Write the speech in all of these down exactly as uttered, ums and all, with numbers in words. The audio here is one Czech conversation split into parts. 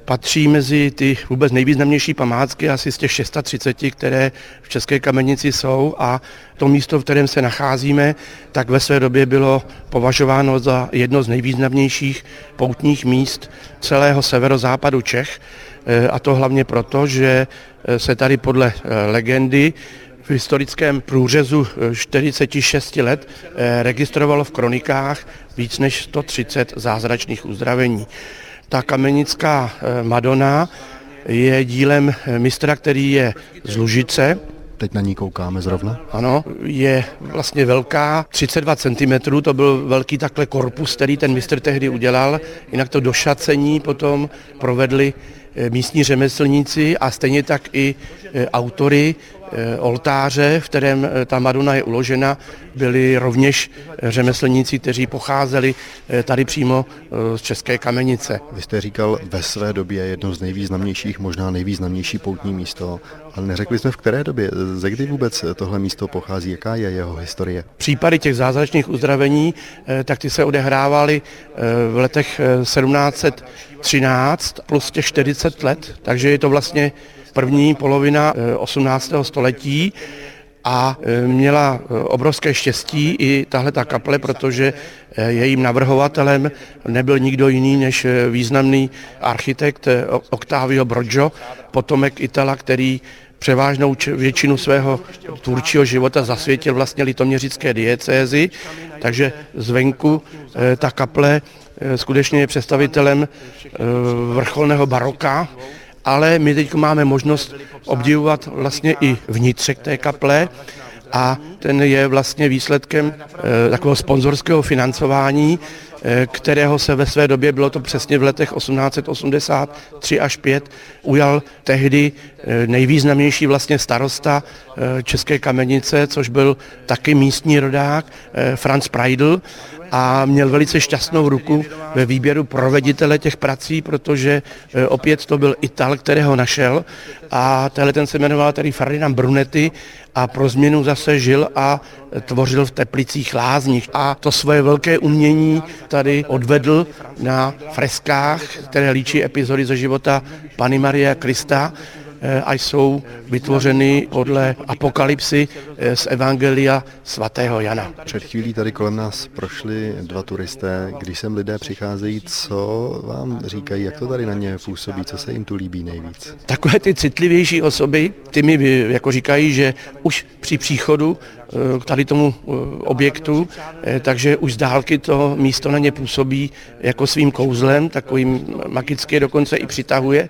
patří mezi ty vůbec nejvýznamnější památky, asi z těch třicet šest, které v České Kamenici jsou, a to místo, v kterém se nacházíme, tak ve své době bylo považováno za jedno z nejvýznamnějších poutních míst celého severozápadu Čech, a to hlavně proto, že se tady podle legendy v historickém průřezu čtyřicet šest let registrovalo v kronikách víc než sto třicet zázračných uzdravení. Ta kamenická Madona je dílem mistra, který je z Lužice. Teď na ní koukáme zrovna. Ano, je vlastně velká, třicet dva centimetrů, to byl velký takhle korpus, který ten mistr tehdy udělal, jinak to došacení potom provedli místní řemeslníci a stejně tak i autory oltáře, v kterém ta Madona je uložena, byli rovněž řemeslníci, kteří pocházeli tady přímo z České Kamenice. Vy jste říkal ve své době jedno z nejvýznamnějších, možná nejvýznamnější poutní místo, ale neřekli jsme v které době, ze kdy vůbec tohle místo pochází, jaká je jeho historie? Případy těch zázračných uzdravení, tak ty se odehrávaly v letech sedmnáct set třináct plus těch čtyřicet let, takže je to vlastně první polovina osmnáctého století a měla obrovské štěstí i tahle ta kaple, protože jejím navrhovatelem nebyl nikdo jiný než významný architekt Octavio Broggio, potomek Itala, který převážnou většinu svého tvůrčího života zasvětil vlastně litoměřické diecézi, takže zvenku ta kaple skutečně je představitelem vrcholného baroka, ale my teď máme možnost obdivovat vlastně i vnitřek té kaple a ten je vlastně výsledkem e, takového sponzorského financování, e, kterého se ve své době, bylo to přesně v letech osmnáct set osmdesát tři až pět, ujal tehdy e, nejvýznamnější vlastně starosta e, České Kamenice, což byl taky místní rodák e, Franz Preidl, a měl velice šťastnou ruku ve výběru proveditele těch prací, protože opět to byl Ital, kterého našel, a tenhle ten se jmenoval tady Ferdinand Brunetti a pro změnu zase žil a tvořil v Teplicích lázních. A to svoje velké umění tady odvedl na freskách, které líčí epizody ze života Panny Marie a Krista, a jsou vytvořeny podle apokalypsy z Evangelia svatého Jana. Před chvílí tady kolem nás prošli dva turisté. Když sem lidé přicházejí, co vám říkají, jak to tady na ně působí, co se jim tu líbí nejvíc? Takové ty citlivější osoby, ty mi jako říkají, že už při příchodu k tady tomu objektu, takže už z dálky to místo na ně působí jako svým kouzlem, takovým magicky dokonce i přitahuje,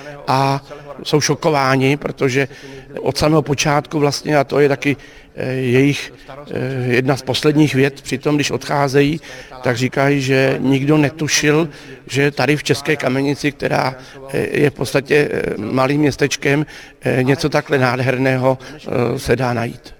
a jsou šokováni, protože od samého počátku vlastně, a to je taky jejich jedna z posledních vět, přitom když odcházejí, tak říkají, že nikdo netušil, že tady v České Kamenici, která je v podstatě malým městečkem, něco takhle nádherného se dá najít.